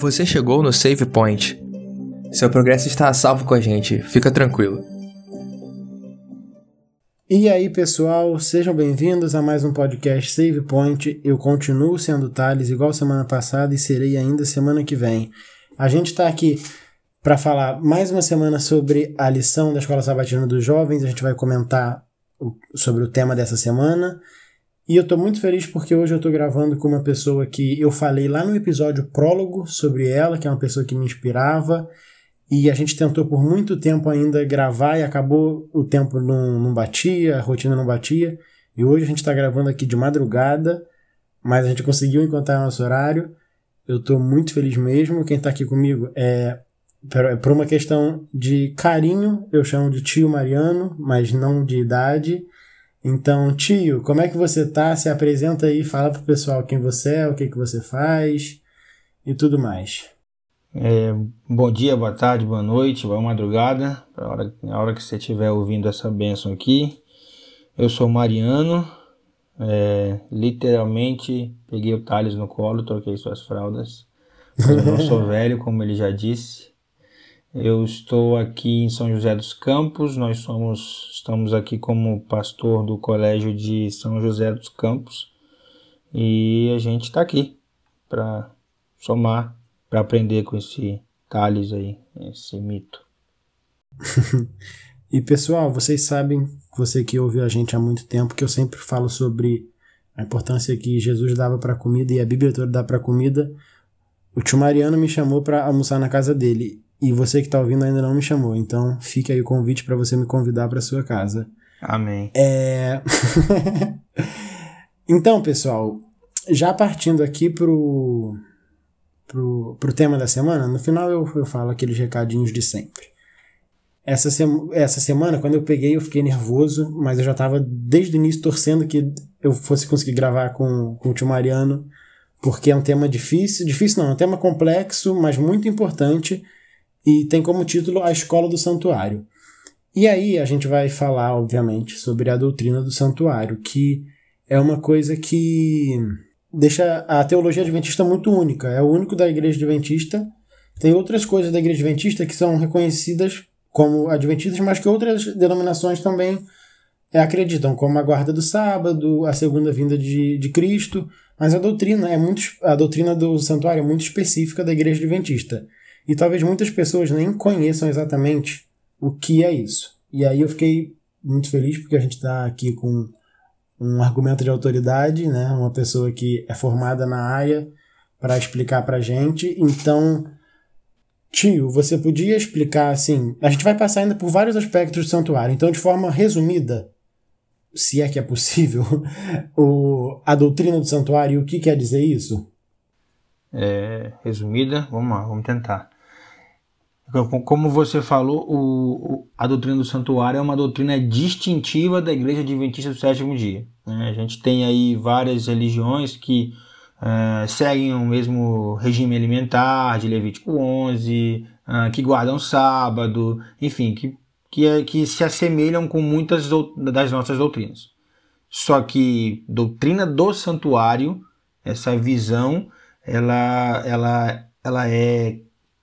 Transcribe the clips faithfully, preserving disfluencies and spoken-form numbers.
Você chegou no Save Point. Seu progresso está a salvo com a gente, fica tranquilo. E aí, pessoal, sejam bem-vindos a mais um podcast Save Point. Eu continuo sendo o Thales, igual semana passada, e serei ainda semana que vem. A gente está aqui para falar mais uma semana sobre a lição da Escola Sabatina dos Jovens. A gente vai comentar sobre o tema dessa semana. E eu estou muito feliz porque hoje eu estou gravando com uma pessoa que eu falei lá no episódio prólogo sobre ela, que é uma pessoa que me inspirava. E a gente tentou por muito tempo ainda gravar e acabou o tempo não, não batia, a rotina não batia. E hoje a gente está gravando aqui de madrugada, mas a gente conseguiu encontrar nosso horário. Eu estou muito feliz mesmo. Quem está aqui comigo é, por uma questão de carinho, eu chamo de tio Mariano, mas não de idade. Então, tio, como é que você tá? Se apresenta aí, fala pro pessoal quem você é, o que que você faz e tudo mais. É, bom dia, boa tarde, boa noite, boa madrugada, a hora, a hora que você estiver ouvindo essa bênção aqui. Eu sou Mariano, é, literalmente peguei o Thales no colo, troquei suas fraldas, mas eu não sou velho, como ele já disse. Eu estou aqui em São José dos Campos, nós somos, estamos aqui como pastor do colégio de São José dos Campos e a gente está aqui para somar, para aprender com esse Thales aí, esse mito. E pessoal, vocês sabem, você que ouve a gente há muito tempo, que eu sempre falo sobre a importância que Jesus dava para a comida e a Bíblia toda dá para a comida. O tio Mariano me chamou para almoçar na casa dele. E você que está ouvindo ainda não me chamou, então fica aí o convite para você me convidar para sua casa. Amém. É... Então, pessoal, já partindo aqui pro, pro, pro tema da semana, no final eu, eu falo aqueles recadinhos de sempre. Essa, sema, essa semana, quando eu peguei, eu fiquei nervoso, mas eu já estava desde o início torcendo que eu fosse conseguir gravar com, com o tio Mariano, porque é um tema difícil, difícil não, é um tema complexo, mas muito importante. E tem como título A Escola do Santuário. E aí a gente vai falar, obviamente, sobre a doutrina do santuário, que é uma coisa que deixa a teologia adventista muito única. É o único da igreja adventista. Tem outras coisas da igreja adventista que são reconhecidas como adventistas, mas que outras denominações também é, acreditam, como a guarda do sábado, a segunda vinda de, de Cristo. Mas a doutrina, é muito, a doutrina do santuário é muito específica da igreja adventista. E talvez muitas pessoas nem conheçam exatamente o que é isso. E aí eu fiquei muito feliz porque a gente está aqui com um argumento de autoridade, né? Uma pessoa que é formada na área para explicar para a gente. Então, tio, você podia explicar assim... A gente vai passar ainda por vários aspectos do santuário. Então, de forma resumida, se é que é possível, o, a doutrina do santuário, o que quer dizer isso? É, resumida, vamos lá, vamos tentar. Como você falou, o, o, a doutrina do santuário é uma doutrina distintiva da Igreja Adventista do Sétimo Dia. Né? A gente tem aí várias religiões que uh, seguem o mesmo regime alimentar de Levítico onze, uh, que guardam sábado, enfim, que, que, é, que se assemelham com muitas das nossas doutrinas. Só que doutrina do santuário, essa visão, ela, ela, ela é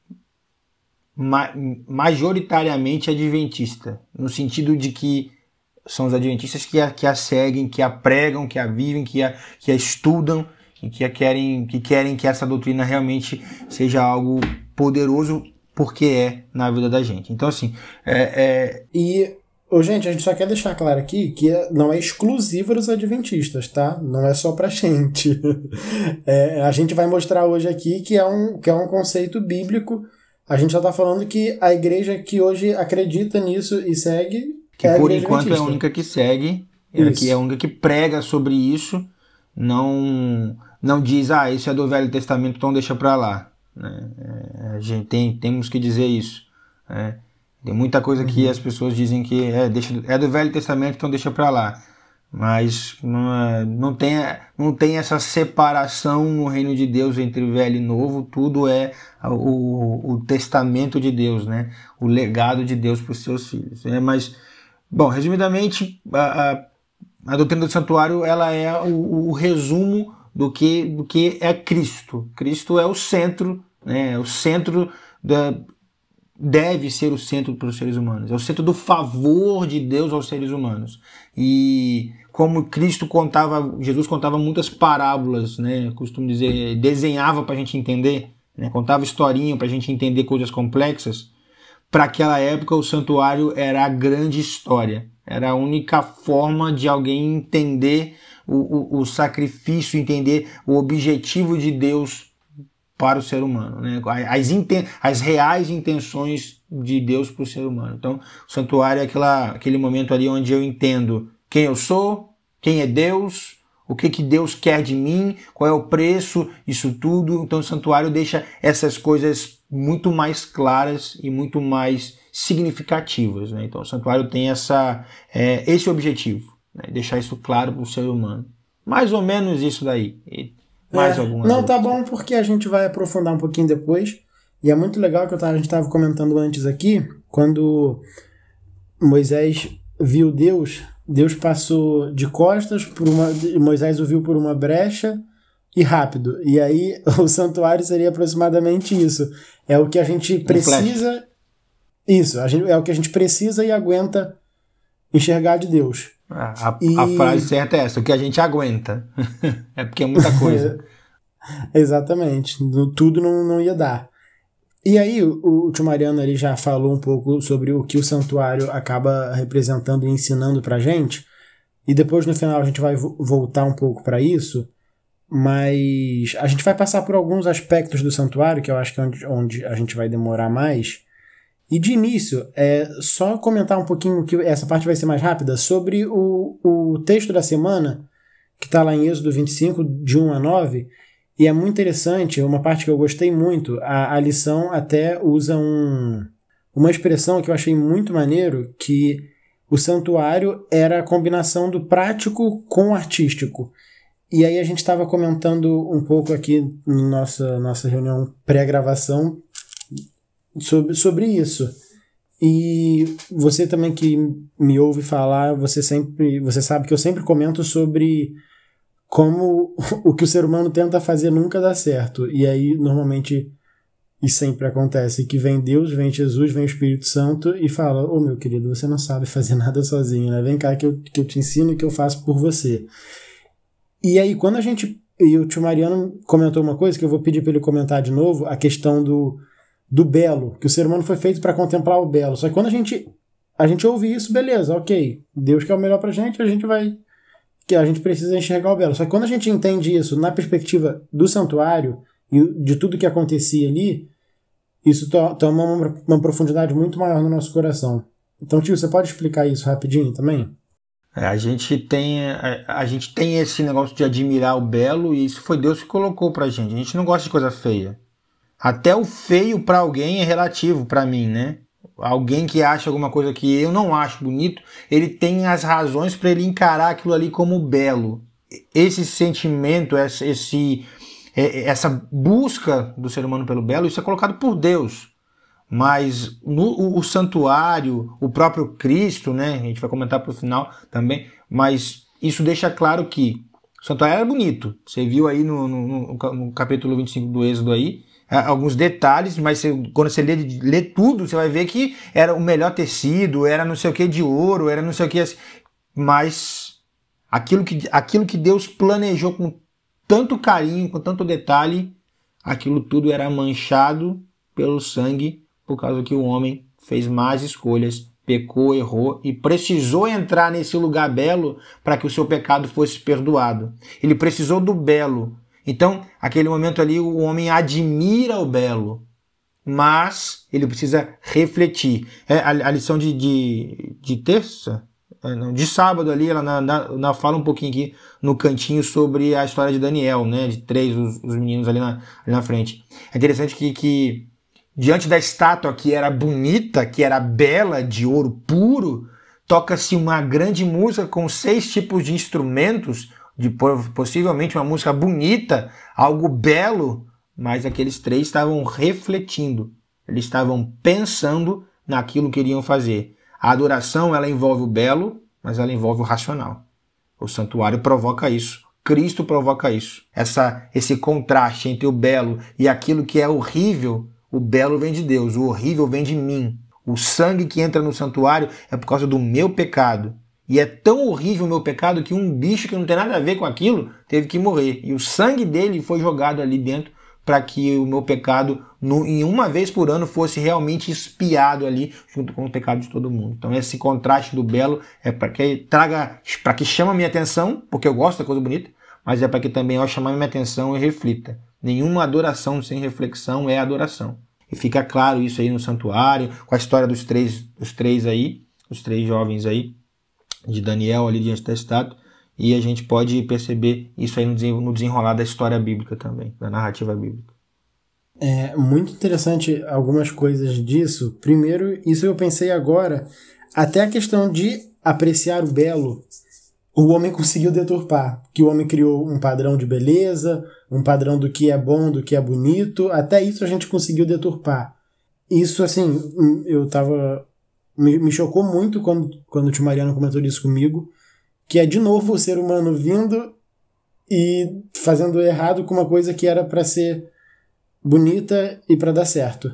ma- majoritariamente adventista, no sentido de que são os adventistas que a, que a seguem, que a pregam, que a vivem, que a, que a estudam e que, a querem, que querem que essa doutrina realmente seja algo poderoso, porque é na vida da gente. Então, assim, é... é... E... Ô, gente, a gente só quer deixar claro aqui que não é exclusiva dos adventistas, tá? Não é só pra gente. É, a gente vai mostrar hoje aqui que é, um, que é um conceito bíblico. A gente já tá falando que a igreja que hoje acredita nisso e segue que é a por igreja enquanto adventista. É a única que segue, é, que é a única que prega sobre isso, não, não diz, ah, isso é do Velho Testamento, então deixa pra lá. Né? É, a gente tem, temos que dizer isso, né? Tem muita coisa que uhum. as pessoas dizem que é, deixa, é do Velho Testamento, então deixa pra lá. Mas não, é, não, tem, não tem essa separação no reino de Deus entre velho e novo. Tudo é o, o testamento de Deus, né? O legado de Deus para os seus filhos. Né? Mas, bom, resumidamente, a, a, a doutrina do santuário ela é o, o resumo do que, do que é Cristo. Cristo é o centro né? O centro da, deve ser o centro para os seres humanos. É o centro do favor de Deus aos seres humanos. E como Cristo contava, Jesus contava muitas parábolas, né? Costumo dizer, desenhava para a gente entender, né? Contava historinha para a gente entender coisas complexas. Para aquela época, o santuário era a grande história. Era a única forma de alguém entender o, o, o sacrifício, entender o objetivo de Deus para o ser humano, né? As, inten- as reais intenções de Deus para o ser humano. Então, o santuário é aquela, aquele momento ali onde eu entendo quem eu sou, quem é Deus, o que, que Deus quer de mim, qual é o preço, isso tudo. Então, o santuário deixa essas coisas muito mais claras e muito mais significativas, né? Então o santuário tem essa, é, esse objetivo, né? Deixar isso claro para o ser humano. Mais ou menos isso daí. E mais é, algumas Não, outras. tá bom, porque a gente vai aprofundar um pouquinho depois. E é muito legal que eu tava, a gente estava comentando antes aqui, quando Moisés viu Deus, Deus passou de costas, por uma, Moisés o viu por uma brecha e rápido. E aí o santuário seria aproximadamente isso. É o que a gente precisa... Isso, a gente, é o que a gente precisa e aguenta enxergar de Deus. A, a, e... a frase certa é essa, o que a gente aguenta. É porque é muita coisa. Exatamente, tudo não, não ia dar. E aí o, o tio Mariano ali já falou um pouco sobre o que o santuário acaba representando e ensinando pra gente. E depois no final a gente vai vo- voltar um pouco para isso. Mas a gente vai passar por alguns aspectos do santuário, que eu acho que é onde, onde a gente vai demorar mais. E de início, é só comentar um pouquinho, que essa parte vai ser mais rápida, sobre o, o texto da semana, que está lá em Êxodo vinte e cinco, de um a nove, e é muito interessante, uma parte que eu gostei muito, a, a lição até usa um, uma expressão que eu achei muito maneiro, que o santuário era a combinação do prático com o artístico. E aí a gente estava comentando um pouco aqui na nossa, nossa reunião pré-gravação, Sobre, sobre isso. E você também que me ouve falar, você sempre, você sabe que eu sempre comento sobre como o que o ser humano tenta fazer nunca dá certo. E aí, normalmente, e sempre acontece, que vem Deus, vem Jesus, vem o Espírito Santo e fala: ô meu querido, você não sabe fazer nada sozinho, né? Vem cá que eu, que eu te ensino e que eu faço por você. E aí, quando a gente... E o tio Mariano comentou uma coisa que eu vou pedir para ele comentar de novo, a questão do do belo, que o ser humano foi feito para contemplar o belo. Só que quando a gente a gente ouve isso, beleza, ok, Deus quer o melhor pra gente, a gente vai, que a gente precisa enxergar o belo. Só que quando a gente entende isso na perspectiva do santuário e de tudo que acontecia ali, isso to- toma uma, uma profundidade muito maior no nosso coração. Então, tio, você pode explicar isso rapidinho também? É, a gente tem a, a gente tem esse negócio de admirar o belo, e isso foi Deus que colocou pra gente. A gente não gosta de coisa feia. Até o feio para alguém é relativo para mim, né? Alguém que acha alguma coisa que eu não acho bonito, ele tem as razões para ele encarar aquilo ali como belo. Esse sentimento, esse, esse, essa busca do ser humano pelo belo, isso é colocado por Deus. Mas no, o, o santuário, o próprio Cristo, né? A gente vai comentar para o final também, mas isso deixa claro que o santuário era bonito. Você viu aí no, no, no capítulo vinte e cinco do Êxodo aí, alguns detalhes, mas você, quando você lê, lê tudo, você vai ver que era o melhor tecido, era não sei o que de ouro, era não sei o que assim. Mas aquilo que, aquilo que Deus planejou com tanto carinho, com tanto detalhe, aquilo tudo era manchado pelo sangue, por causa que o homem fez más escolhas, pecou, errou e precisou entrar nesse lugar belo para que o seu pecado fosse perdoado. Ele precisou do belo. Então, aquele momento ali, o homem admira o belo, mas ele precisa refletir. É, a, a lição de, de, de terça, não, de sábado ali, ela na, na, na fala um pouquinho aqui no cantinho sobre a história de Daniel, né, de três, os, os meninos ali na, ali na frente. É interessante que, que, diante da estátua que era bonita, que era bela, de ouro puro, toca-se uma grande música com seis tipos de instrumentos, de possivelmente uma música bonita, algo belo, mas aqueles três estavam refletindo, eles estavam pensando naquilo que iriam fazer. A adoração, ela envolve o belo, mas ela envolve o racional. O santuário provoca isso. Cristo provoca isso. Essa, esse contraste entre o belo e aquilo que é horrível, o belo vem de Deus, o horrível vem de mim. O sangue que entra no santuário é por causa do meu pecado. E é tão horrível o meu pecado que um bicho que não tem nada a ver com aquilo teve que morrer. E o sangue dele foi jogado ali dentro para que o meu pecado, no, em uma vez por ano, fosse realmente expiado ali junto com o pecado de todo mundo. Então esse contraste do belo é para que traga, para que chame a minha atenção, porque eu gosto da coisa bonita, mas é para que também ao chamar a minha atenção eu reflita. Nenhuma adoração sem reflexão é adoração. E fica claro isso aí no santuário, com a história dos três, dos três aí, os três jovens aí, de Daniel ali diante da estátua, e a gente pode perceber isso aí no desenrolar da história bíblica também, da narrativa bíblica. É muito interessante algumas coisas disso. Primeiro, isso eu pensei agora, até a questão de apreciar o belo, o homem conseguiu deturpar, que o homem criou um padrão de beleza, um padrão do que é bom, do que é bonito, até isso a gente conseguiu deturpar. Isso, assim, eu tava... Me, me chocou muito quando, quando o tio Mariano comentou isso comigo, que é de novo o ser humano vindo e fazendo errado com uma coisa que era para ser bonita e para dar certo.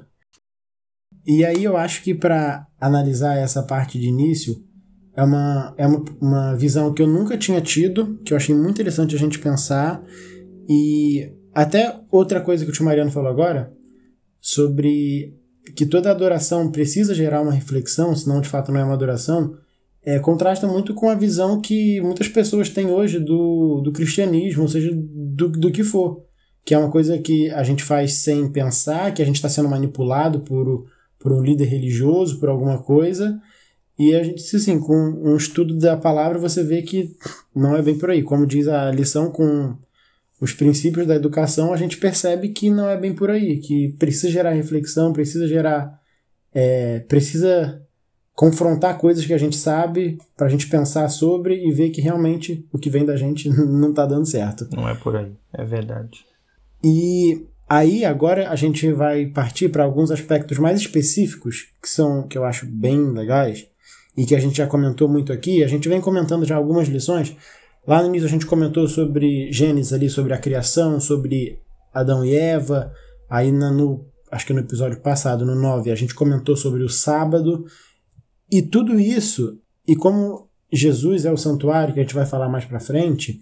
E aí eu acho que para analisar essa parte de início, é uma, é uma, uma visão que eu nunca tinha tido, que eu achei muito interessante a gente pensar, e até outra coisa que o tio Mariano falou agora, sobre que toda adoração precisa gerar uma reflexão, senão de fato não é uma adoração, é, contrasta muito com a visão que muitas pessoas têm hoje do, do cristianismo, ou seja, do, do que for, que é uma coisa que a gente faz sem pensar, que a gente está sendo manipulado por, por um líder religioso, por alguma coisa, e a gente, assim, com um estudo da palavra você vê que não é bem por aí. Como diz a lição, com os princípios da educação, a gente percebe que não é bem por aí, que precisa gerar reflexão, precisa gerar, é, precisa confrontar coisas que a gente sabe para a gente pensar sobre e ver que realmente o que vem da gente não está dando certo. Não é por aí, é verdade. E aí agora a gente vai partir para alguns aspectos mais específicos, que são, que eu acho bem legais, e que a gente já comentou muito aqui. A gente vem comentando já algumas lições. Lá no início a gente comentou sobre Gênesis ali, sobre a criação, sobre Adão e Eva. Aí na, no, acho que no episódio passado, no nove, a gente comentou sobre o sábado. E tudo isso, e como Jesus é o santuário, que a gente vai falar mais pra frente,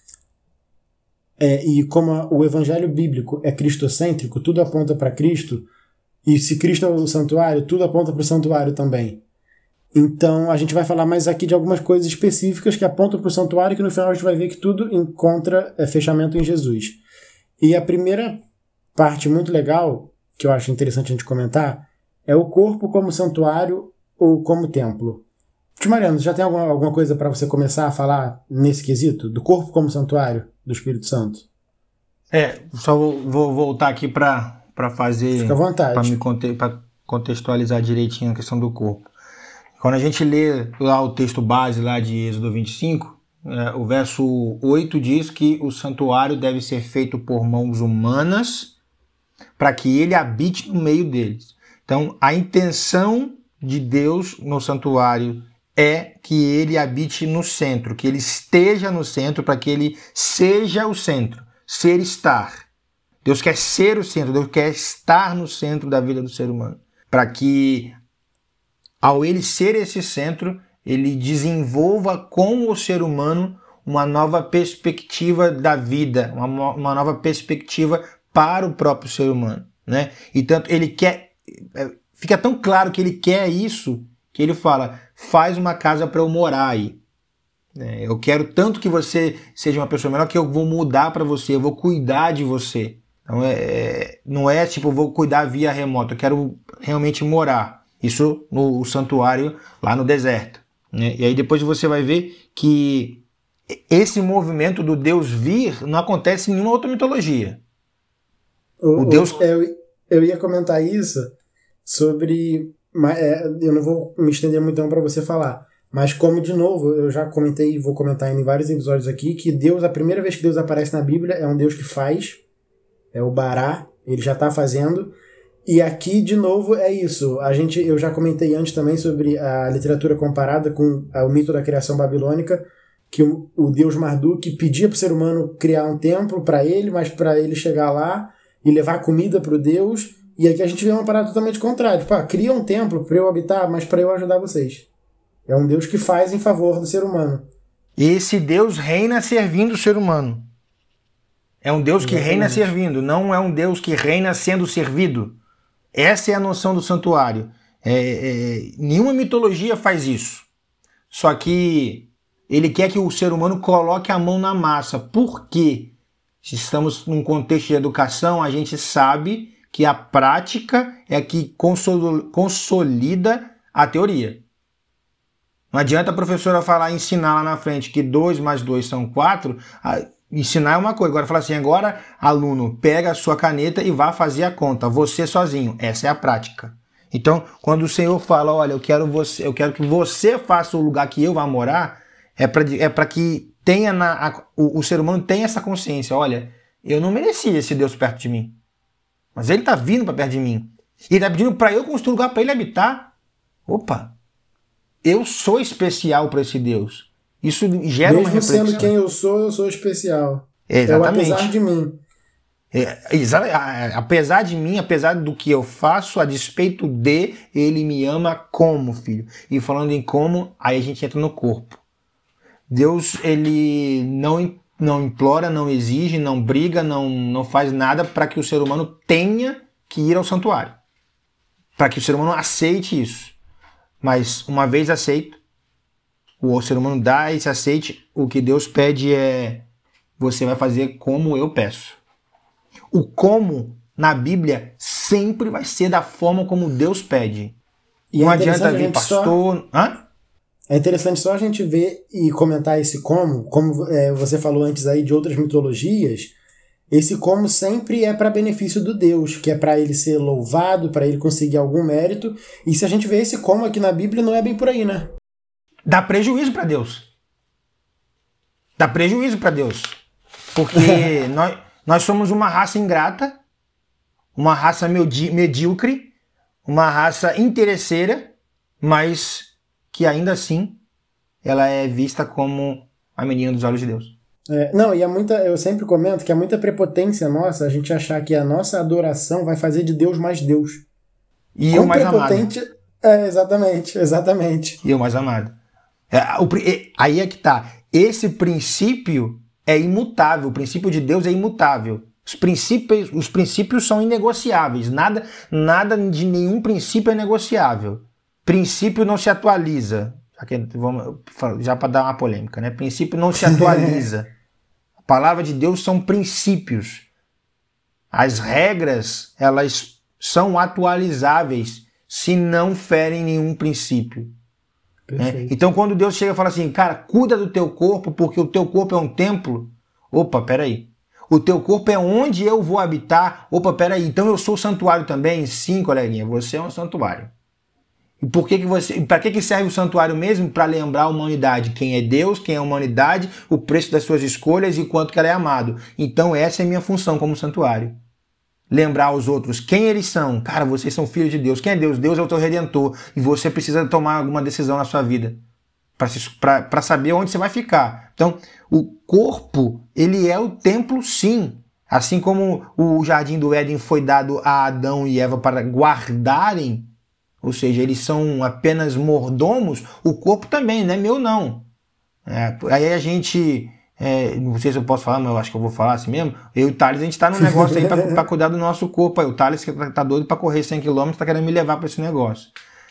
é, e como a, o evangelho bíblico é cristocêntrico, tudo aponta para Cristo, e se Cristo é o santuário, tudo aponta para o santuário também. Então a gente vai falar mais aqui de algumas coisas específicas que apontam para o santuário, que no final a gente vai ver que tudo encontra é, fechamento em Jesus. E a primeira parte muito legal, que eu acho interessante a gente comentar, é o corpo como santuário ou como templo. Tio Mariano, já tem alguma, alguma coisa para você começar a falar nesse quesito? Do corpo como santuário do Espírito Santo? É, só vou, vou voltar aqui para fazer... Fica à vontade. Para me conte, pra contextualizar direitinho a questão do corpo. Quando a gente lê lá o texto base lá de Êxodo vinte e cinco, é, o verso oito diz que o santuário deve ser feito por mãos humanas para que ele habite no meio deles. Então, a intenção de Deus no santuário é que ele habite no centro, que ele esteja no centro, para que ele seja o centro, ser estar. Deus quer ser o centro, Deus quer estar no centro da vida do ser humano, para que ao ele ser esse centro, ele desenvolva com o ser humano uma nova perspectiva da vida, uma, uma nova perspectiva para o próprio ser humano, né? E tanto ele quer... Fica tão claro que ele quer isso, que ele fala, faz uma casa para eu morar aí. É, eu quero tanto que você seja uma pessoa melhor que eu vou mudar para você, eu vou cuidar de você. Então, é, não é tipo, eu vou cuidar via remota, eu quero realmente morar. Isso no santuário lá no deserto. Né? E aí depois você vai ver que esse movimento do Deus vir não acontece em nenhuma outra mitologia. O, o Deus... Eu, eu ia comentar isso... sobre, é, eu não vou me estender muito para você falar, mas como de novo, eu já comentei e vou comentar em vários episódios aqui, que Deus, a primeira vez que Deus aparece na Bíblia é um Deus que faz, é o Bará, ele já está fazendo, e aqui de novo é isso, a gente, eu já comentei antes também sobre a literatura comparada com o mito da criação babilônica, que o, o Deus Marduk pedia para o ser humano criar um templo para ele, mas para ele chegar lá e levar comida para o Deus. E aqui a gente vê uma parada totalmente contrária. Tipo, ah, cria um templo para eu habitar, mas para eu ajudar vocês. É um Deus que faz em favor do ser humano. Esse Deus reina servindo o ser humano. É um Deus que reina servindo, não é um Deus que reina sendo servido. Essa é a noção do santuário. É, é, nenhuma mitologia faz isso. Só que ele quer que o ser humano coloque a mão na massa. Por quê? Se estamos num contexto de educação, a gente sabe que a prática é que consolida a teoria. Não adianta a professora falar, ensinar lá na frente que dois mais dois são quatro, ensinar é uma coisa. Agora falar assim, agora aluno, pega a sua caneta e vá fazer a conta, você sozinho. Essa é a prática. Então, quando o Senhor fala, olha, eu quero, você, eu quero que você faça o lugar que eu vá morar, é para é para que tenha na, a, o, o ser humano tenha essa consciência, olha, eu não merecia esse Deus perto de mim, mas ele está vindo para perto de mim. E ele está pedindo para eu construir um lugar para ele habitar. Opa, eu sou especial para esse Deus. Isso gera Mesmo uma reflexão. Mesmo sendo quem eu sou, eu sou especial. É, exatamente. É o apesar de mim. É, apesar de mim, apesar do que eu faço, a despeito de, ele me ama como, filho. E falando em como, aí a gente entra no corpo. Deus, ele não, não implora, não exige, não briga, não, não faz nada para que o ser humano tenha que ir ao santuário. Para que o ser humano aceite isso. Mas, uma vez aceito, o ser humano dá esse aceite, o que Deus pede é, você vai fazer como eu peço. O como, na Bíblia, sempre vai ser da forma como Deus pede. E não é adianta vir pastor... Só... Hã? É interessante só a gente ver e comentar esse como, como é, você falou antes aí de outras mitologias, esse como sempre é para benefício do Deus, que é para ele ser louvado, para ele conseguir algum mérito. E se a gente vê esse como aqui na Bíblia, não é bem por aí, né? Dá prejuízo para Deus. Dá prejuízo para Deus. Porque nós, nós somos uma raça ingrata, uma raça medí- medíocre, uma raça interesseira, mas que ainda assim ela é vista como a menina dos olhos de Deus. É, não, e é muita, eu sempre comento que é muita prepotência nossa a gente achar que a nossa adoração vai fazer de Deus mais Deus. E Quão o mais prepotente... amado. É, exatamente, exatamente. E o mais amado. É, o, aí é que tá. Esse princípio é imutável. O princípio de Deus é imutável. Os princípios, os princípios são inegociáveis. Nada, nada de nenhum princípio é negociável. Princípio não se atualiza. Já, já para dar uma polêmica, né? Princípio não se atualiza. A palavra de Deus são princípios. As regras, elas são atualizáveis se não ferem nenhum princípio. Né? Então, quando Deus chega e fala assim, cara, cuida do teu corpo, porque o teu corpo é um templo. Opa, peraí. O teu corpo é onde eu vou habitar. Opa, peraí. Então eu sou santuário também? Sim, coleguinha, você é um santuário. E por que que você, para que que serve o santuário mesmo? Para lembrar a humanidade, quem é Deus, quem é a humanidade, o preço das suas escolhas e quanto que ela é amado. Então essa é a minha função como santuário. Lembrar aos outros quem eles são. Cara, vocês são filhos de Deus. Quem é Deus? Deus é o teu redentor. E você precisa tomar alguma decisão na sua vida para saber onde você vai ficar. Então, o corpo, ele é o templo, sim. Assim como o jardim do Éden foi dado a Adão e Eva para guardarem, ou seja, eles são apenas mordomos, o corpo também, não é meu não. É, aí a gente, é, não sei se eu posso falar, mas eu acho que eu vou falar assim mesmo, eu e o Thales, a gente tá no negócio aí para cuidar do nosso corpo. Aí o Thales que tá doido para correr cem quilômetros, tá querendo me levar para esse negócio.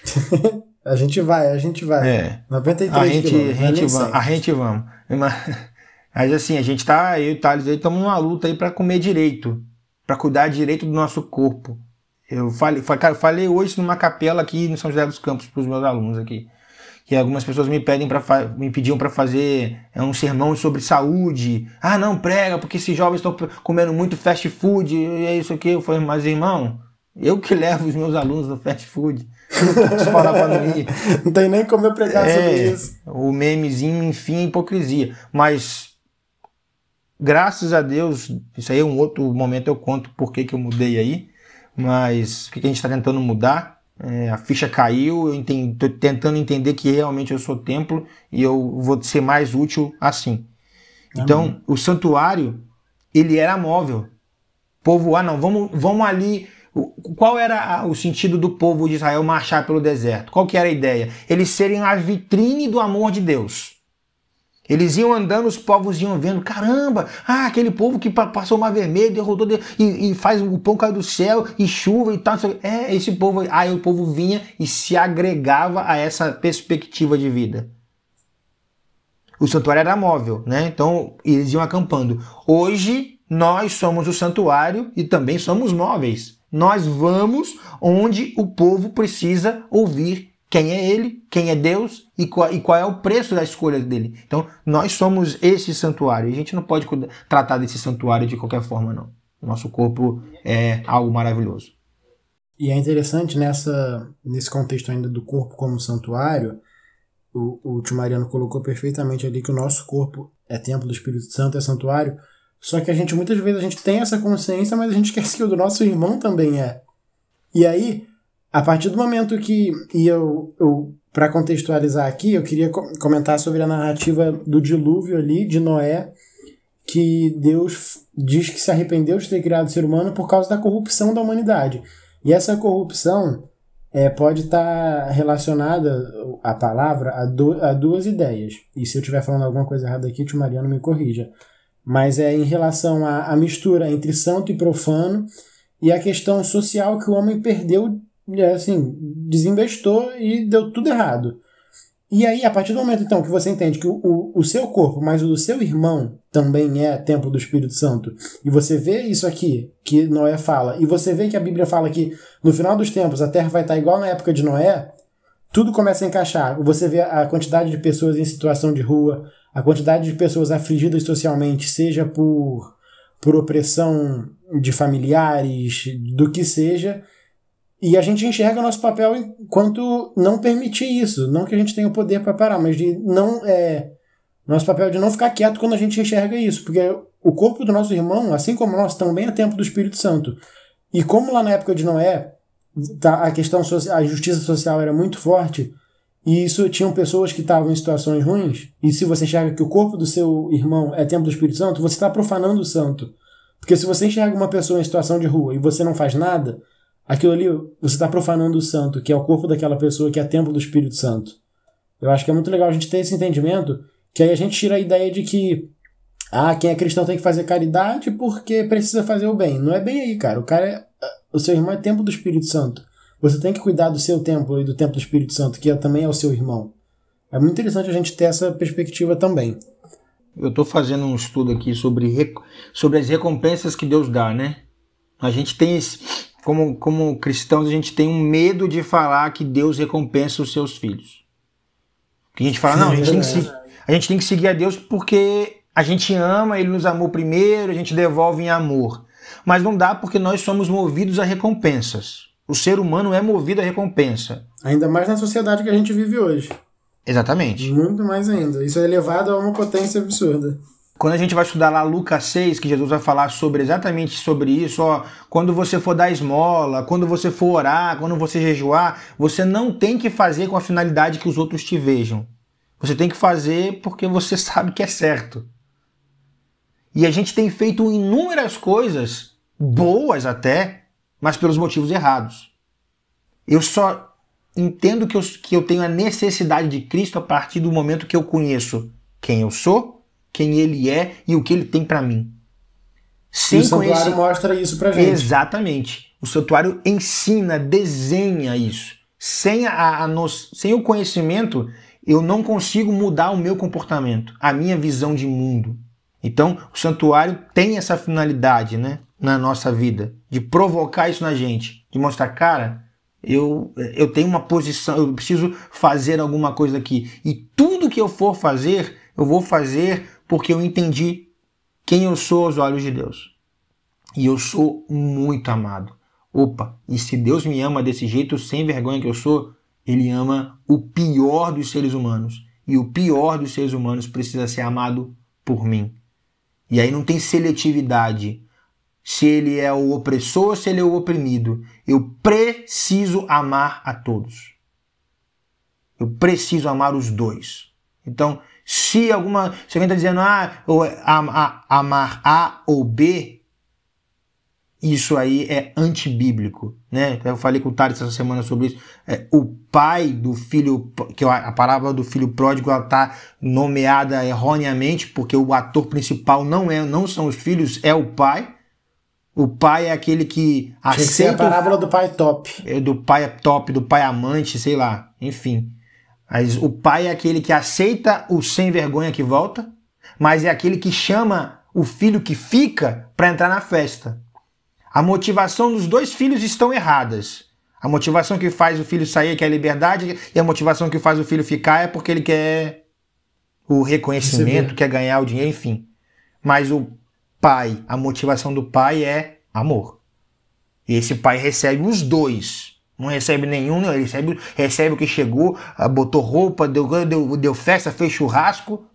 A gente vai, a gente vai. É. noventa e três a gente, quilômetros. A gente, vamos, a gente vamos. Mas assim, a gente tá, eu e o Thales aí, estamos numa luta aí para comer direito, para cuidar direito do nosso corpo. Eu falei, cara, eu falei hoje numa capela aqui no São José dos Campos para os meus alunos aqui, que algumas pessoas me pedem para me pediam para fazer é, um sermão sobre saúde. Ah, não prega porque esses jovens estão comendo muito fast food e é isso aqui. Eu falei, mas irmão, eu que levo os meus alunos no fast food. Não posso falar para não ir. Não tem nem como eu pregar é, sobre isso. O memezinho, enfim, é hipocrisia. Mas graças a Deus, isso aí é um outro momento, eu conto por que que eu mudei aí. Mas o que a gente está tentando mudar, é, a ficha caiu, eu estou tentando entender que realmente eu sou templo e eu vou ser mais útil assim. Então, Amém. O santuário, ele era móvel. Povo, ah não, vamos, vamos ali... Qual era o sentido do povo de Israel marchar pelo deserto? Qual que era a ideia? Eles serem a vitrine do amor de Deus. Eles iam andando, os povos iam vendo, caramba, ah, aquele povo que passou o mar vermelho, derrotou e, e faz o pão cair do céu e chuva e tal. É, esse povo, aí o povo vinha e se agregava a essa perspectiva de vida. O santuário era móvel, né? Então eles iam acampando. Hoje nós somos o santuário e também somos móveis. Nós vamos onde o povo precisa ouvir quem é ele, quem é Deus e qual, e qual é o preço da escolha dele. Então, nós somos esse santuário. A gente não pode tratar desse santuário de qualquer forma, não. O nosso corpo é algo maravilhoso. E é interessante nessa, nesse contexto ainda do corpo como santuário, o, o tio Mariano colocou perfeitamente ali que o nosso corpo é templo do Espírito Santo, é santuário. Só que a gente, muitas vezes, a gente tem essa consciência, mas a gente esquece que o do nosso irmão também é. E aí, a partir do momento que, e eu, eu para contextualizar aqui, eu queria comentar sobre a narrativa do dilúvio ali, de Noé, que Deus diz que se arrependeu de ter criado o ser humano por causa da corrupção da humanidade. E essa corrupção é, pode estar relacionada, a palavra, a, do, a duas ideias. E se eu estiver falando alguma coisa errada aqui, tio Mariano me corrija. Mas é em relação à, à mistura entre santo e profano e a questão social que o homem perdeu, assim, desinvestou e deu tudo errado. E aí, a partir do momento, então, que você entende que o, o, o seu corpo, mas o do seu irmão também é templo do Espírito Santo, e você vê isso aqui, que Noé fala, e você vê que a Bíblia fala que no final dos tempos a terra vai estar igual na época de Noé, tudo começa a encaixar. Você vê a quantidade de pessoas em situação de rua, a quantidade de pessoas afligidas socialmente, seja por, por opressão de familiares, do que seja, e a gente enxerga o nosso papel enquanto não permitir isso. Não que a gente tenha o poder para parar, mas de não é, nosso papel de não ficar quieto quando a gente enxerga isso, porque o corpo do nosso irmão, assim como nós, também é templo do Espírito Santo. E como lá na época de Noé, tá, a questão social, a injustiça social era muito forte, e isso tinham pessoas que estavam em situações ruins, e se você enxerga que o corpo do seu irmão é templo do Espírito Santo, você está profanando o santo. Porque se você enxerga uma pessoa em situação de rua e você não faz nada, aquilo ali você está profanando o santo, que é o corpo daquela pessoa que é templo do Espírito Santo. Eu acho que é muito legal a gente ter esse entendimento, que aí a gente tira a ideia de que ah, quem é cristão tem que fazer caridade porque precisa fazer o bem. Não é bem aí, cara. O cara é, o seu irmão é templo do Espírito Santo. Você tem que cuidar do seu templo e do templo do Espírito Santo, que também é o seu irmão. É muito interessante a gente ter essa perspectiva também. Eu estou fazendo um estudo aqui sobre, sobre as recompensas que Deus dá, né? A gente tem esse, como, como cristãos, a gente tem um medo de falar que Deus recompensa os seus filhos. Porque a gente fala, não, a gente, tem que seguir, a gente tem que seguir a Deus porque a gente ama, Ele nos amou primeiro, a gente devolve em amor. Mas não dá porque nós somos movidos a recompensas. O ser humano é movido a recompensa. Ainda mais na sociedade que a gente vive hoje. Exatamente. Muito mais ainda. Isso é elevado a uma potência absurda. Quando a gente vai estudar lá Lucas seis, que Jesus vai falar sobre exatamente sobre isso, ó, quando você for dar esmola, quando você for orar, quando você jejuar, você não tem que fazer com a finalidade que os outros te vejam. Você tem que fazer porque você sabe que é certo. E a gente tem feito inúmeras coisas, boas até, mas pelos motivos errados. Eu só entendo que eu, que eu tenho a necessidade de Cristo a partir do momento que eu conheço quem eu sou, quem Ele é e o que Ele tem para mim. Sem e o santuário conhecer... mostra isso pra gente. Exatamente. O santuário ensina, desenha isso. Sem, a, a no... Sem o conhecimento, eu não consigo mudar o meu comportamento, a minha visão de mundo. Então, o santuário tem essa finalidade, né, na nossa vida, de provocar isso na gente, de mostrar, cara, eu, eu tenho uma posição, eu preciso fazer alguma coisa aqui. E tudo que eu for fazer, eu vou fazer porque eu entendi quem eu sou aos olhos de Deus. E eu sou muito amado. Opa, e se Deus me ama desse jeito, sem vergonha que eu sou, Ele ama o pior dos seres humanos. E o pior dos seres humanos precisa ser amado por mim. E aí não tem seletividade. se ele é o opressor ou se ele é o oprimido. Eu preciso amar a todos. Eu preciso amar os dois. Então, se alguma, se alguém está dizendo ah, amar A ou B, isso aí é antibíblico, né? Eu falei com o Thales essa semana sobre isso. É, o pai do filho, que a parábola do filho pródigo está nomeada erroneamente, porque o ator principal não é, não são os filhos, é o pai. O pai é aquele que aceita. Tinha que ser a parábola do pai top. É do pai top, do pai amante, sei lá, enfim. Mas o pai é aquele que aceita o sem vergonha que volta, mas é aquele que chama o filho que fica para entrar na festa. A motivação dos dois filhos estão erradas. A motivação que faz o filho sair, que é a liberdade, e a motivação que faz o filho ficar é porque ele quer o reconhecimento, Receber. quer ganhar o dinheiro, enfim. Mas o pai, a motivação do pai é amor. E esse pai recebe os dois. Não recebe nenhum, não. Ele recebe, recebe o que chegou, botou roupa, deu, deu, deu festa, fez churrasco.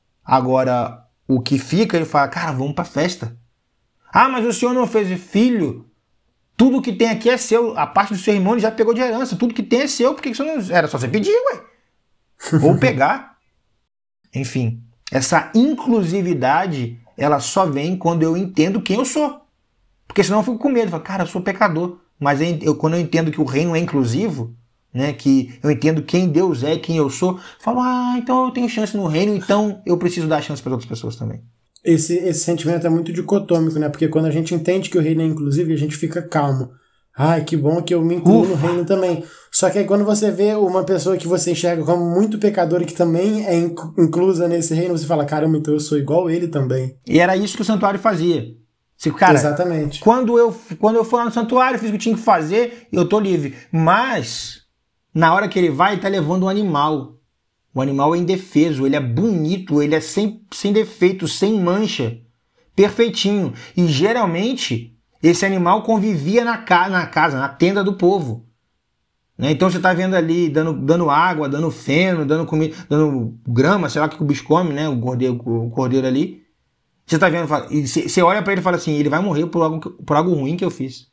Agora, o que fica, ele fala, cara, vamos pra festa. Ah, mas o senhor não fez filho? Tudo que tem aqui é seu. A parte do seu irmão ele já pegou de herança. Tudo que tem é seu. Por que você não... Era só você pedir, ué. Ou pegar. Enfim, essa inclusividade, ela só vem quando eu entendo quem eu sou. Porque senão eu fico com medo. Eu falo, cara, eu sou pecador. Mas eu, quando eu entendo que o reino é inclusivo, né, que eu entendo quem Deus é, quem eu sou, eu falo, ah, então eu tenho chance no reino, então eu preciso dar chance para outras pessoas também. Esse, esse sentimento é muito dicotômico, né? Porque quando a gente entende que o reino é inclusivo, a gente fica calmo. Ai, que bom que eu me incluo no reino também. Só que aí quando você vê uma pessoa que você enxerga como muito pecadora e que também é inclusa nesse reino, você fala, caramba, então eu sou igual ele também. E era isso que o santuário fazia. Cara, exatamente. Quando eu, quando eu for lá no santuário, fiz o que tinha que fazer, eu tô livre. Mas, na hora que ele vai, ele tá levando um animal. O animal é indefeso, ele é bonito, ele é sem, sem defeito, sem mancha, perfeitinho. E geralmente, esse animal convivia na, ca na casa, na tenda do povo. Né? Então você tá vendo ali, dando, dando água, dando feno, dando comida, dando grama, sei lá o que o bicho come, né? O cordeiro, o cordeiro ali. Você tá vendo, você olha para ele e fala assim, ele vai morrer por algo, por algo ruim que eu fiz.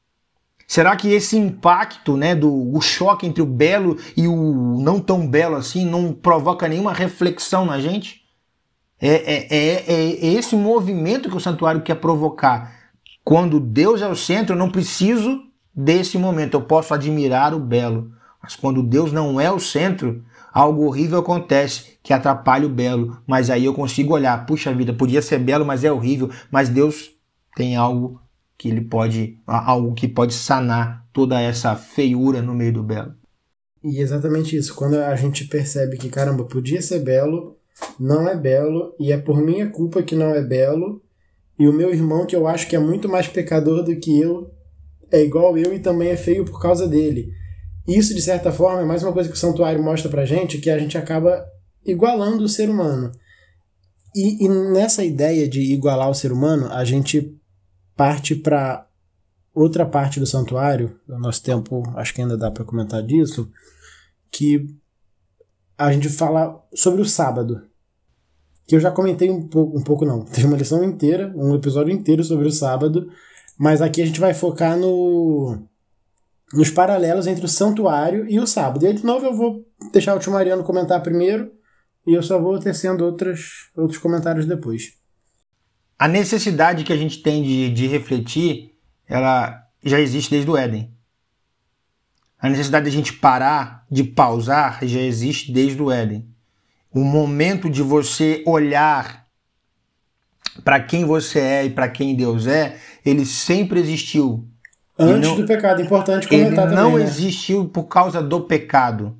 Será que esse impacto, né, do o choque entre o belo e o não tão belo assim não provoca nenhuma reflexão na gente? É, é, é, é esse movimento que o santuário quer provocar. Quando Deus é o centro, eu não preciso desse momento. Eu posso admirar o belo. Mas quando Deus não é o centro, algo horrível acontece que atrapalha o belo. Mas aí eu consigo olhar, puxa vida, podia ser belo, mas é horrível. Mas Deus tem algo que ele pode, algo que pode sanar toda essa feiura no meio do belo. E exatamente isso, quando a gente percebe que, caramba, podia ser belo, não é belo, e é por minha culpa que não é belo, e o meu irmão, que eu acho que é muito mais pecador do que eu, é igual eu e também é feio por causa dele. Isso, de certa forma, é mais uma coisa que o santuário mostra pra gente, que a gente acaba igualando o ser humano. E, e nessa ideia de igualar o ser humano, a gente parte para outra parte do santuário, no nosso tempo acho que ainda dá para comentar disso, que a gente fala sobre o sábado, que eu já comentei um pouco, um pouco não, teve uma lição inteira, um episódio inteiro sobre o sábado, mas aqui a gente vai focar no, nos paralelos entre o santuário e o sábado. E aí, de novo, eu vou deixar o tio Mariano comentar primeiro, e eu só vou tecendo outros, outros comentários depois. A necessidade que a gente tem de, de refletir, ela já existe desde o Éden. A necessidade de a gente parar, de pausar, já existe desde o Éden. O momento de você olhar para quem você é e para quem Deus é, ele sempre existiu. Antes não, do pecado, importante comentar também. Ele não né? existiu por causa do pecado.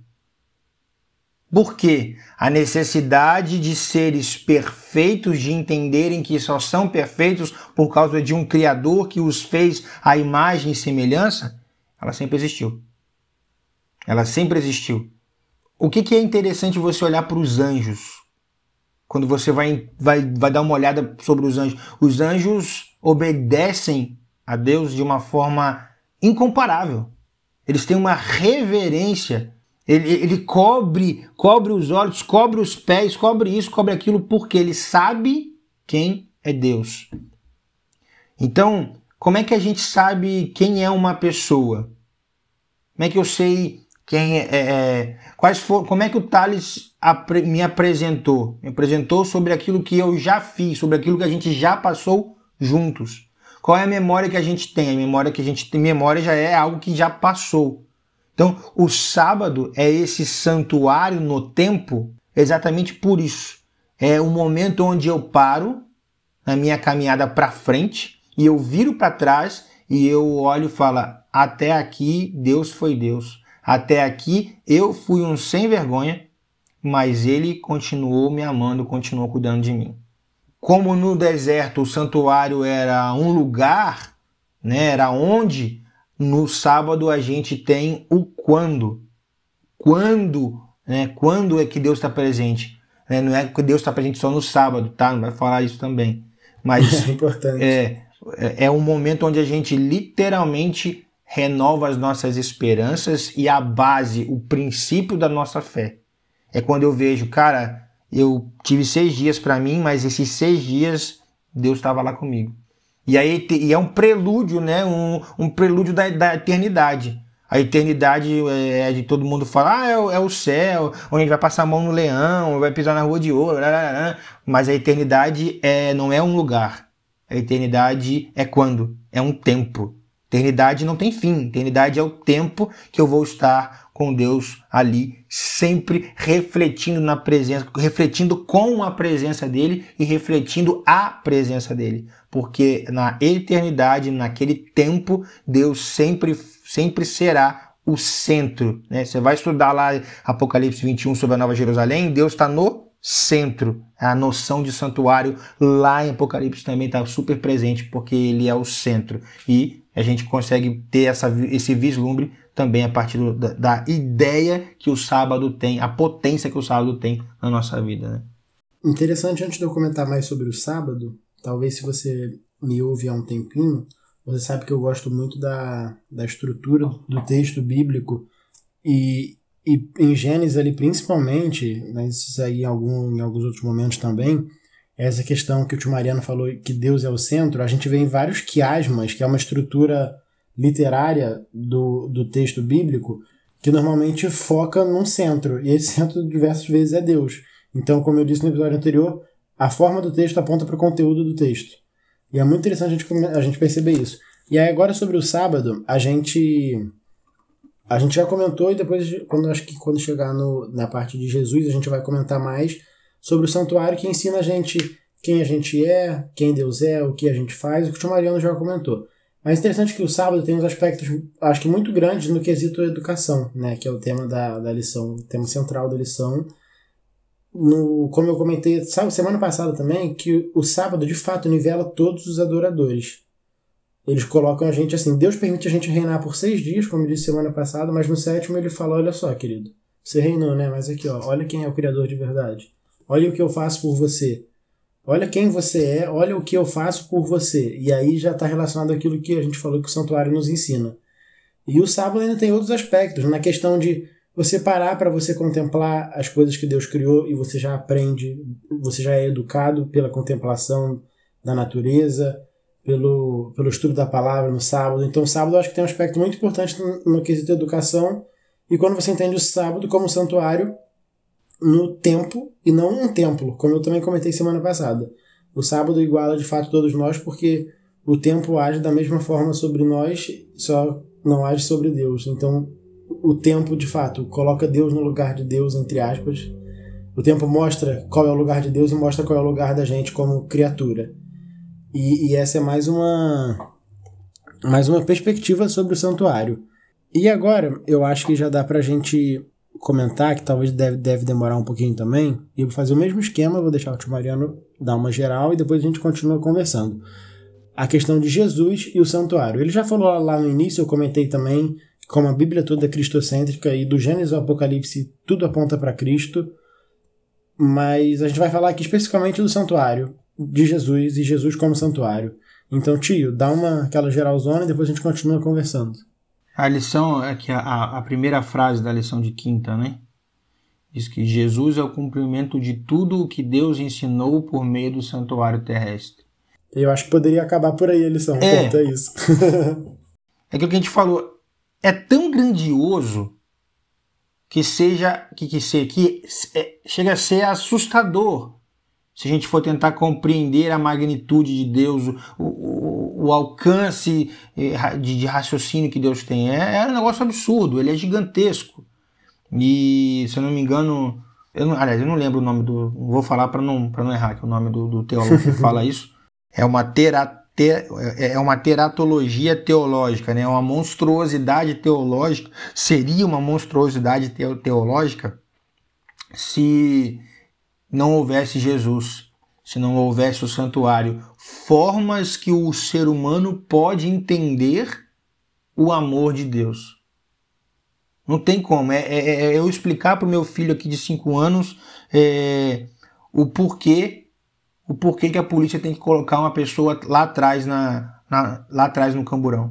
Por quê? A necessidade de seres perfeitos, de entenderem que só são perfeitos por causa de um Criador que os fez à imagem e semelhança, ela sempre existiu. Ela sempre existiu. O que, que é interessante você olhar para os anjos? Quando você vai, vai, vai dar uma olhada sobre os anjos. Os anjos obedecem a Deus de uma forma incomparável. Eles têm uma reverência. Ele, ele cobre, cobre os olhos, cobre os pés, cobre isso, cobre aquilo, porque ele sabe quem é Deus. Então, como é que a gente sabe quem é uma pessoa? Como é que eu sei quem é... é quais for, como é que o Thales apre, me apresentou? Me apresentou sobre aquilo que eu já fiz, sobre aquilo que a gente já passou juntos. Qual é a memória que a gente tem? A memória que a gente tem, memória já é algo que já passou. Então, o sábado é esse santuário no tempo exatamente por isso. É o momento onde eu paro na minha caminhada para frente e eu viro para trás e eu olho e falo, até aqui Deus foi Deus. Até aqui eu fui um sem vergonha, mas Ele continuou me amando, continuou cuidando de mim. Como no deserto o santuário era um lugar, né, era onde, no sábado a gente tem o quando. Quando, né, quando é que Deus está presente? Né, não é que Deus está presente só no sábado, tá? Não vai falar isso também. Mas é importante. É, é um momento onde a gente literalmente renova as nossas esperanças e a base, o princípio da nossa fé. É quando eu vejo, cara, eu tive seis dias para mim, mas esses seis dias Deus estava lá comigo. E aí e é um prelúdio, né? Um, um prelúdio da, da eternidade. A eternidade é de todo mundo falar, ah, é o, é o céu, onde a gente vai passar a mão no leão, vai pisar na rua de ouro, blá, blá, blá. Mas a eternidade é, não é um lugar. A eternidade é quando? É um tempo. Eternidade não tem fim. Eternidade é o tempo que eu vou estar com Deus ali, sempre refletindo na presença, refletindo com a presença dele e refletindo a presença dele. Porque na eternidade, naquele tempo, Deus sempre, sempre será o centro. Né? Você vai estudar lá Apocalipse vinte e um sobre a Nova Jerusalém, Deus está no centro. A noção de santuário lá em Apocalipse também está super presente, porque ele é o centro. E a gente consegue ter essa, esse vislumbre também a partir do, da, da ideia que o sábado tem, a potência que o sábado tem na nossa vida. Né? Interessante, antes de eu comentar mais sobre o sábado, talvez se você me ouve há um tempinho, você sabe que eu gosto muito da, da estrutura do texto bíblico e, e em Gênesis ali principalmente, mas isso aí em, algum, em alguns outros momentos também, essa questão que o tio Mariano falou, que Deus é o centro, a gente vê em vários quiasmas, que é uma estrutura literária do, do texto bíblico, que normalmente foca num centro, e esse centro diversas vezes é Deus. Então, como eu disse no episódio anterior, a forma do texto aponta para o conteúdo do texto. E é muito interessante a gente, a gente perceber isso. E aí agora sobre o sábado, a gente a gente já comentou, e depois, quando, acho que quando chegar no, na parte de Jesus, a gente vai comentar mais sobre o santuário, que ensina a gente quem a gente é, quem Deus é, o que a gente faz, o que o tio Mariano já comentou. Mas é interessante que o sábado tem uns aspectos, acho que muito grandes no quesito educação, né, que é o tema da, da lição, o tema central da lição. No, como eu comentei sabe, semana passada também, que o sábado de fato nivela todos os adoradores. Eles colocam a gente assim, Deus permite a gente reinar por seis dias, como eu disse semana passada, mas no sétimo ele fala, olha só, querido, você reinou, né, mas aqui, ó, olha quem é o Criador de verdade. Olha o que eu faço por você. Olha quem você é, olha o que eu faço por você. E aí já está relacionado àquilo que a gente falou que o santuário nos ensina. E o sábado ainda tem outros aspectos, na questão de você parar para você contemplar as coisas que Deus criou e você já aprende, você já é educado pela contemplação da natureza, pelo, pelo estudo da palavra no sábado. Então o sábado eu acho que tem um aspecto muito importante no, no quesito educação. E quando você entende o sábado como santuário, no tempo e não um templo, como eu também comentei semana passada. O sábado iguala de fato todos nós porque o tempo age da mesma forma sobre nós, só não age sobre Deus. Então o tempo de fato coloca Deus no lugar de Deus, entre aspas. O tempo mostra qual é o lugar de Deus e mostra qual é o lugar da gente como criatura. E, e essa é mais uma mais uma perspectiva sobre o santuário. E agora eu acho que já dá pra gente comentar, que talvez deve, deve demorar um pouquinho também, e eu vou fazer o mesmo esquema, vou deixar o tio Mariano dar uma geral e depois a gente continua conversando. A questão de Jesus e o santuário. Ele já falou lá no início, eu comentei também, como a Bíblia toda é cristocêntrica e do Gênesis ao Apocalipse tudo aponta para Cristo, mas a gente vai falar aqui especificamente do santuário de Jesus e Jesus como santuário. Então, tio, dá uma aquela geralzona e depois a gente continua conversando. A lição é que a, a primeira frase da lição de quinta, né? Diz que Jesus é o cumprimento de tudo o que Deus ensinou por meio do santuário terrestre. Eu acho que poderia acabar por aí a lição. É, ponto, é isso. é aquilo que a gente falou. É tão grandioso que seja que, que, se, que é, chega a ser assustador se a gente for tentar compreender a magnitude de Deus, o, o, o alcance de, de raciocínio que Deus tem. É, é um negócio absurdo, ele é gigantesco. E, se eu não me engano, eu não, aliás, eu não lembro o nome do... Vou falar para não, para não errar, que é o nome do, do teólogo que fala isso. É uma, tera, ter, é uma teratologia teológica, né? Uma monstruosidade teológica. Seria uma monstruosidade te, teológica se não houvesse Jesus, se não houvesse o santuário. Formas que o ser humano pode entender o amor de Deus. Não tem como. É, é, é eu explicar para o meu filho aqui de cinco anos é, o porquê o porquê que a polícia tem que colocar uma pessoa lá atrás, na, na, lá atrás no camburão.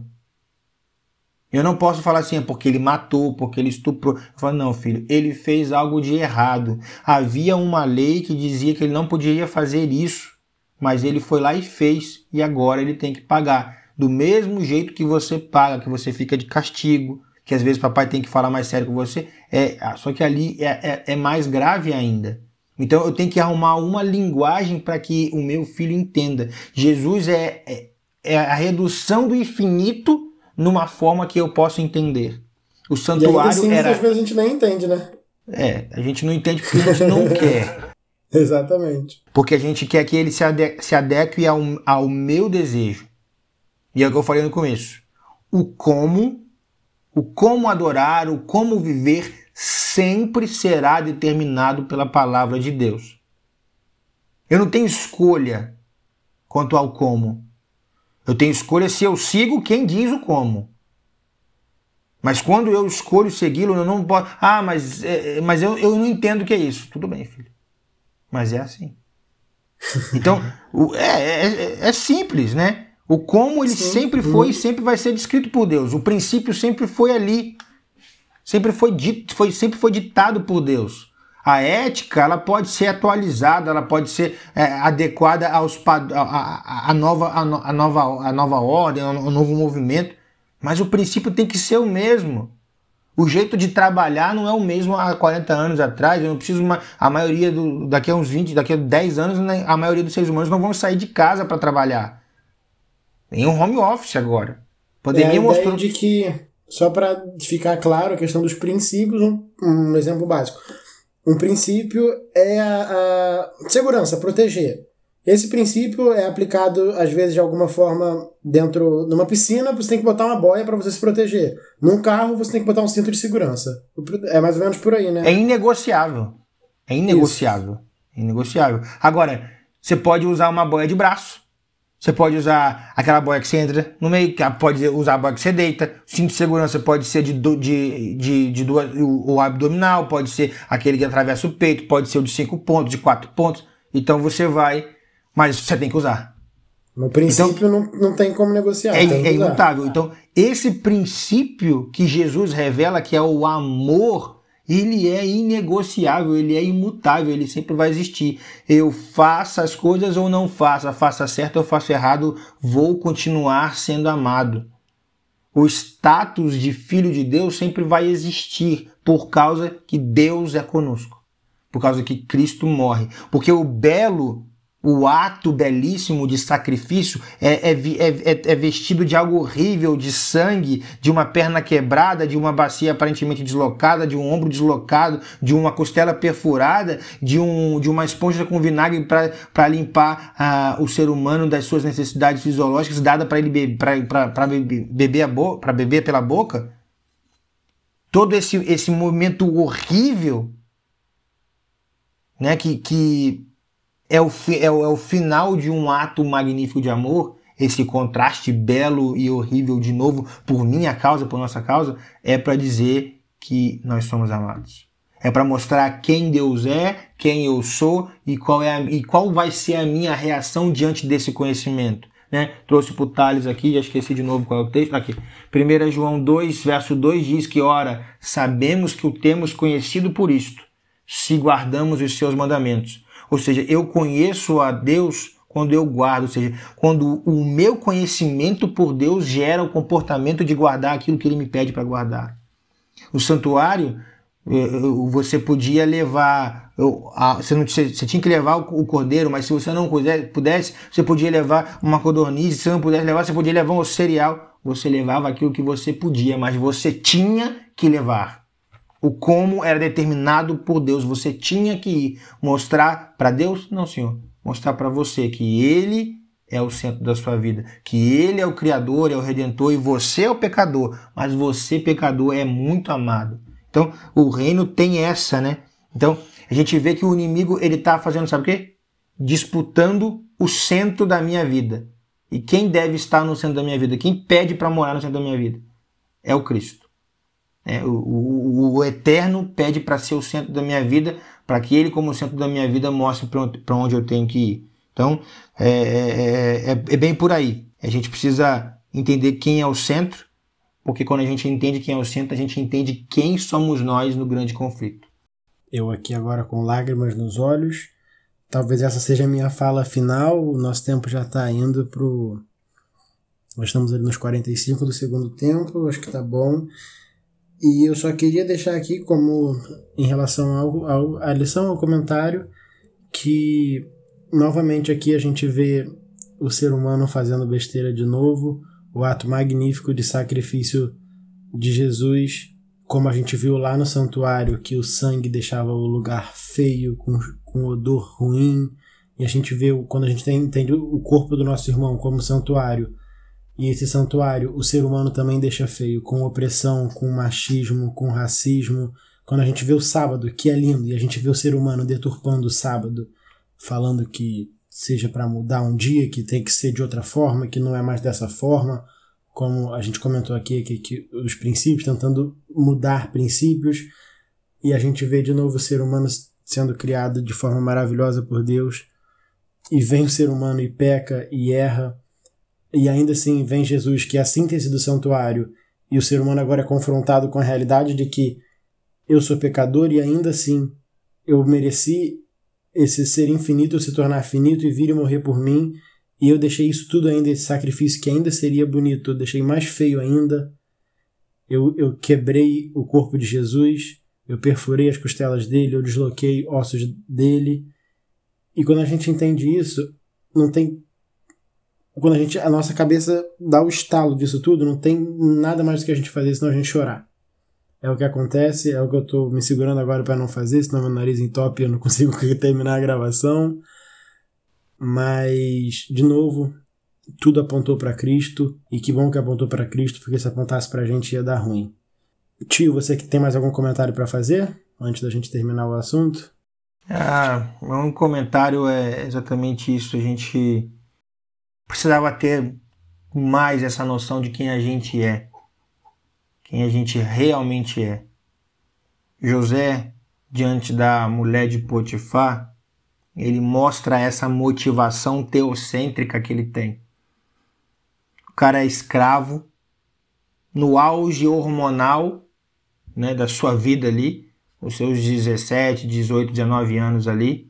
Eu não posso falar assim, é porque ele matou, porque ele estuprou. Eu falo, não, filho, ele fez algo de errado. Havia uma lei que dizia que ele não poderia fazer isso, mas ele foi lá e fez, e agora ele tem que pagar. Do mesmo jeito que você paga, que você fica de castigo, que às vezes o papai tem que falar mais sério com você, é, só que ali é, é, é mais grave ainda. Então eu tenho que arrumar uma linguagem para que o meu filho entenda. Jesus é, é, é a redução do infinito numa forma que eu possa entender. O santuário e ainda assim, era... muitas vezes a gente nem entende, né? É, a gente não entende porque a gente não quer. Exatamente. Porque a gente quer que ele se, ade- se adeque ao, ao meu desejo. E é o que eu falei no começo. O como, o como adorar, o como viver sempre será determinado pela palavra de Deus. Eu não tenho escolha quanto ao como. Eu tenho escolha se eu sigo quem diz o como. Mas quando eu escolho segui-lo, eu não posso... Ah, mas, é, mas eu, eu não entendo o que é isso. Tudo bem, filho. Mas é assim. Então, o, é, é, é simples, né? O como ele Sim. sempre foi e sempre vai ser descrito por Deus. O princípio sempre foi ali. Sempre foi dito, foi, sempre foi ditado por Deus. A ética, ela pode ser atualizada, ela pode ser é, adequada aos a, a, a, nova, a, a, nova, a nova ordem, ao novo movimento, mas o princípio tem que ser o mesmo. O jeito de trabalhar não é o mesmo há quarenta anos atrás. Eu não preciso uma, a maioria do, daqui a uns vinte, daqui a dez anos, né, a maioria dos seres humanos não vão sair de casa para trabalhar. Tem um home office agora. Pandemia é a mostrou ideia de que, só para ficar claro a questão dos princípios, um, um exemplo básico. Um princípio é a, a segurança, proteger. Esse princípio é aplicado, às vezes, de alguma forma, dentro de uma piscina, você tem que botar uma boia para você se proteger. Num carro, você tem que botar um cinto de segurança. É mais ou menos por aí, né? É inegociável. É inegociável. Isso. É inegociável. Agora, você pode usar uma boia de braço. Você pode usar aquela boia que você entra no meio, pode usar a boia que você deita. O cinto de segurança pode ser de, de, de, de duas, o, o abdominal, pode ser aquele que atravessa o peito, pode ser o de cinco pontos, de quatro pontos. Então você vai, mas você tem que usar. No princípio então, não, não tem como negociar. É, tem que é imutável. Então esse princípio que Jesus revela, que é o amor, ele é inegociável, ele é imutável, ele sempre vai existir. Eu faça as coisas ou não faça, faça certo ou faça errado, vou continuar sendo amado. O status de filho de Deus sempre vai existir por causa que Deus é conosco, por causa que Cristo morre. Porque o belo, o ato belíssimo de sacrifício é, é, é, é vestido de algo horrível, de sangue, de uma perna quebrada, de uma bacia aparentemente deslocada, de um ombro deslocado, de uma costela perfurada, de, um, de uma esponja com vinagre para limpar uh, o ser humano das suas necessidades fisiológicas, dada para ele be para beber, a bo beber pela boca. Todo esse, esse movimento horrível, né, que... que É o, é, o, é o final de um ato magnífico de amor, esse contraste belo e horrível de novo, por minha causa, por nossa causa, é para dizer que nós somos amados. É para mostrar quem Deus é, quem eu sou e qual, é a, e qual vai ser a minha reação diante desse conhecimento. Né? Trouxe para o Thales aqui, já esqueci de novo qual é o texto. Aqui. primeiro João dois, verso dois diz que, ora, sabemos que o temos conhecido por isto, se guardamos os seus mandamentos. Ou seja, eu conheço a Deus quando eu guardo, ou seja, quando o meu conhecimento por Deus gera o comportamento de guardar aquilo que Ele me pede para guardar. O santuário, você podia levar, você, não, você tinha que levar o cordeiro, mas se você não pudesse, você podia levar uma codorniz, se você não pudesse levar, você podia levar um cereal. Você levava aquilo que você podia, mas você tinha que levar. O como era determinado por Deus, você tinha que ir mostrar para Deus? Não, Senhor. Mostrar para você que Ele é o centro da sua vida, que Ele é o Criador, é o Redentor e você é o pecador, mas você, pecador, é muito amado. Então, o reino tem essa, né? Então, a gente vê que o inimigo, ele está fazendo, sabe o quê? Disputando o centro da minha vida. E quem deve estar no centro da minha vida? Quem pede para morar no centro da minha vida? É o Cristo. É, o, o, o Eterno pede para ser o centro da minha vida, para que Ele, como centro da minha vida, mostre para onde eu tenho que ir. Então, é, é, é, é bem por aí. A gente precisa entender quem é o centro, porque quando a gente entende quem é o centro, a gente entende quem somos nós no grande conflito. Eu aqui agora com lágrimas nos olhos. Talvez essa seja a minha fala final. O nosso tempo já está indo para o... Nós estamos ali nos quarenta e cinco do segundo tempo, acho que está bom. E eu só queria deixar aqui, como em relação ao, ao, à lição, ao comentário, que novamente aqui a gente vê o ser humano fazendo besteira de novo, o ato magnífico de sacrifício de Jesus, como a gente viu lá no santuário, que o sangue deixava o lugar feio, com, com odor ruim, e a gente vê, quando a gente tem, entende o corpo do nosso irmão como santuário, e esse santuário, o ser humano também deixa feio, com opressão, com machismo, com racismo. Quando a gente vê o sábado, que é lindo, e a gente vê o ser humano deturpando o sábado, falando que seja para mudar um dia, que tem que ser de outra forma, que não é mais dessa forma, como a gente comentou aqui, que, que os princípios, tentando mudar princípios, e a gente vê de novo o ser humano sendo criado de forma maravilhosa por Deus, e vem o ser humano e peca e erra, e ainda assim vem Jesus, que é a síntese do santuário, e o ser humano agora é confrontado com a realidade de que eu sou pecador e ainda assim eu mereci esse ser infinito se tornar finito e vir e morrer por mim, e eu deixei isso tudo ainda, esse sacrifício que ainda seria bonito, eu deixei mais feio ainda. Eu, eu quebrei o corpo de Jesus, eu perfurei as costelas dele, eu desloquei ossos dele, e quando a gente entende isso, não tem... Quando a, gente, a nossa cabeça dá o estalo disso tudo, não tem nada mais do que a gente fazer senão a gente chorar. É o que acontece, é o que eu tô me segurando agora para não fazer, senão meu nariz entope e eu não consigo terminar a gravação. Mas, de novo, tudo apontou para Cristo, e que bom que apontou para Cristo, porque se apontasse pra gente ia dar ruim. Tio, você que tem mais algum comentário para fazer, antes da gente terminar o assunto? Ah, um comentário é exatamente isso, a gente precisava ter mais essa noção de quem a gente é, quem a gente realmente é. José, diante da mulher de Potifar, ele mostra essa motivação teocêntrica que ele tem. O cara é escravo, no auge hormonal, né, da sua vida ali, os seus dezessete, dezoito, dezenove anos ali,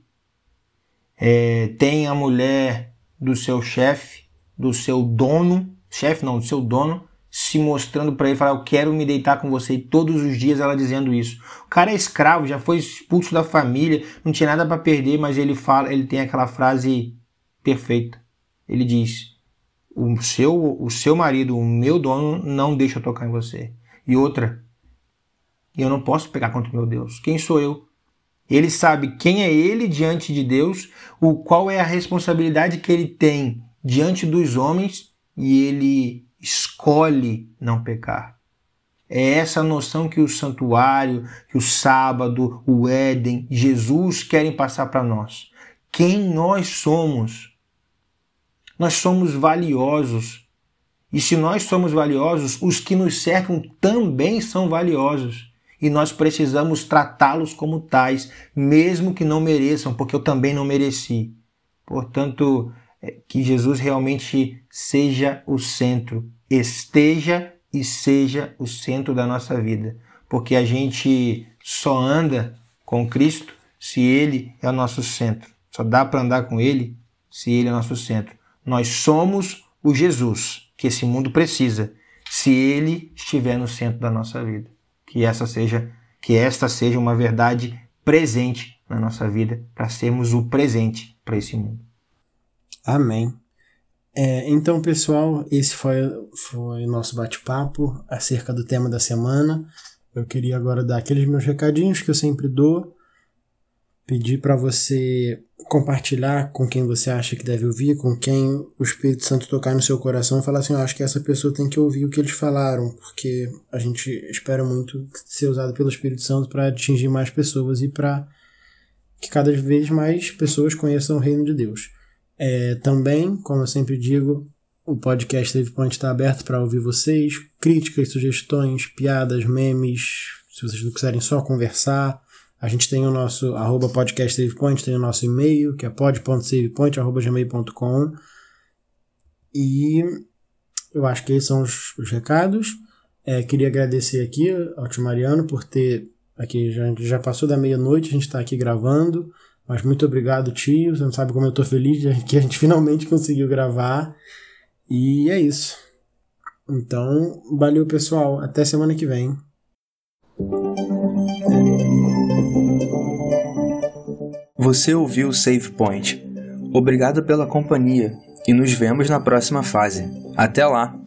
é, tem a mulher do seu chefe, do seu dono, chefe não, do seu dono, se mostrando para ele, falar, eu quero me deitar com você, e todos os dias ela dizendo isso. O cara é escravo, já foi expulso da família, não tinha nada para perder, mas ele fala, ele tem aquela frase perfeita. Ele diz, o seu, o seu marido, o meu dono, não deixa eu tocar em você. E outra, eu não posso pegar contra o meu Deus. Quem sou eu? Ele sabe quem é ele diante de Deus, o qual é a responsabilidade que ele tem diante dos homens, e ele escolhe não pecar. É essa noção que o santuário, que o sábado, o Éden, Jesus querem passar para nós. Quem nós somos? Nós somos valiosos. E se nós somos valiosos, os que nos cercam também são valiosos. E nós precisamos tratá-los como tais, mesmo que não mereçam, porque eu também não mereci. Portanto, que Jesus realmente seja o centro, esteja e seja o centro da nossa vida. Porque a gente só anda com Cristo se Ele é o nosso centro. Só dá para andar com Ele se Ele é nosso centro. Nós somos o Jesus que esse mundo precisa, se Ele estiver no centro da nossa vida. Que essa seja, que esta seja uma verdade presente na nossa vida, para sermos o presente para esse mundo. Amém. É, então, pessoal, esse foi foi o nosso bate-papo acerca do tema da semana. Eu queria agora dar aqueles meus recadinhos que eu sempre dou, pedir para você compartilhar com quem você acha que deve ouvir, com quem o Espírito Santo tocar no seu coração e falar assim, eu acho que essa pessoa tem que ouvir o que eles falaram, porque a gente espera muito ser usado pelo Espírito Santo para atingir mais pessoas e para que cada vez mais pessoas conheçam o reino de Deus. É, também, como eu sempre digo, o podcast Save Point está aberto para ouvir vocês, críticas, sugestões, piadas, memes, se vocês não quiserem só conversar. A gente tem o nosso arroba podcast Save Point, tem o nosso e-mail, que é pod ponto savepoint arroba gmail ponto com. E eu acho que esses são os, os recados. É, queria agradecer aqui ao tio Mariano por ter, aqui já, já passou da meia-noite, a gente está aqui gravando. Mas muito obrigado, tio. Você não sabe como eu tô feliz de que a gente finalmente conseguiu gravar. E é isso. Então, valeu, pessoal. Até semana que vem. Você ouviu o Save Point. Obrigado pela companhia e nos vemos na próxima fase. Até lá!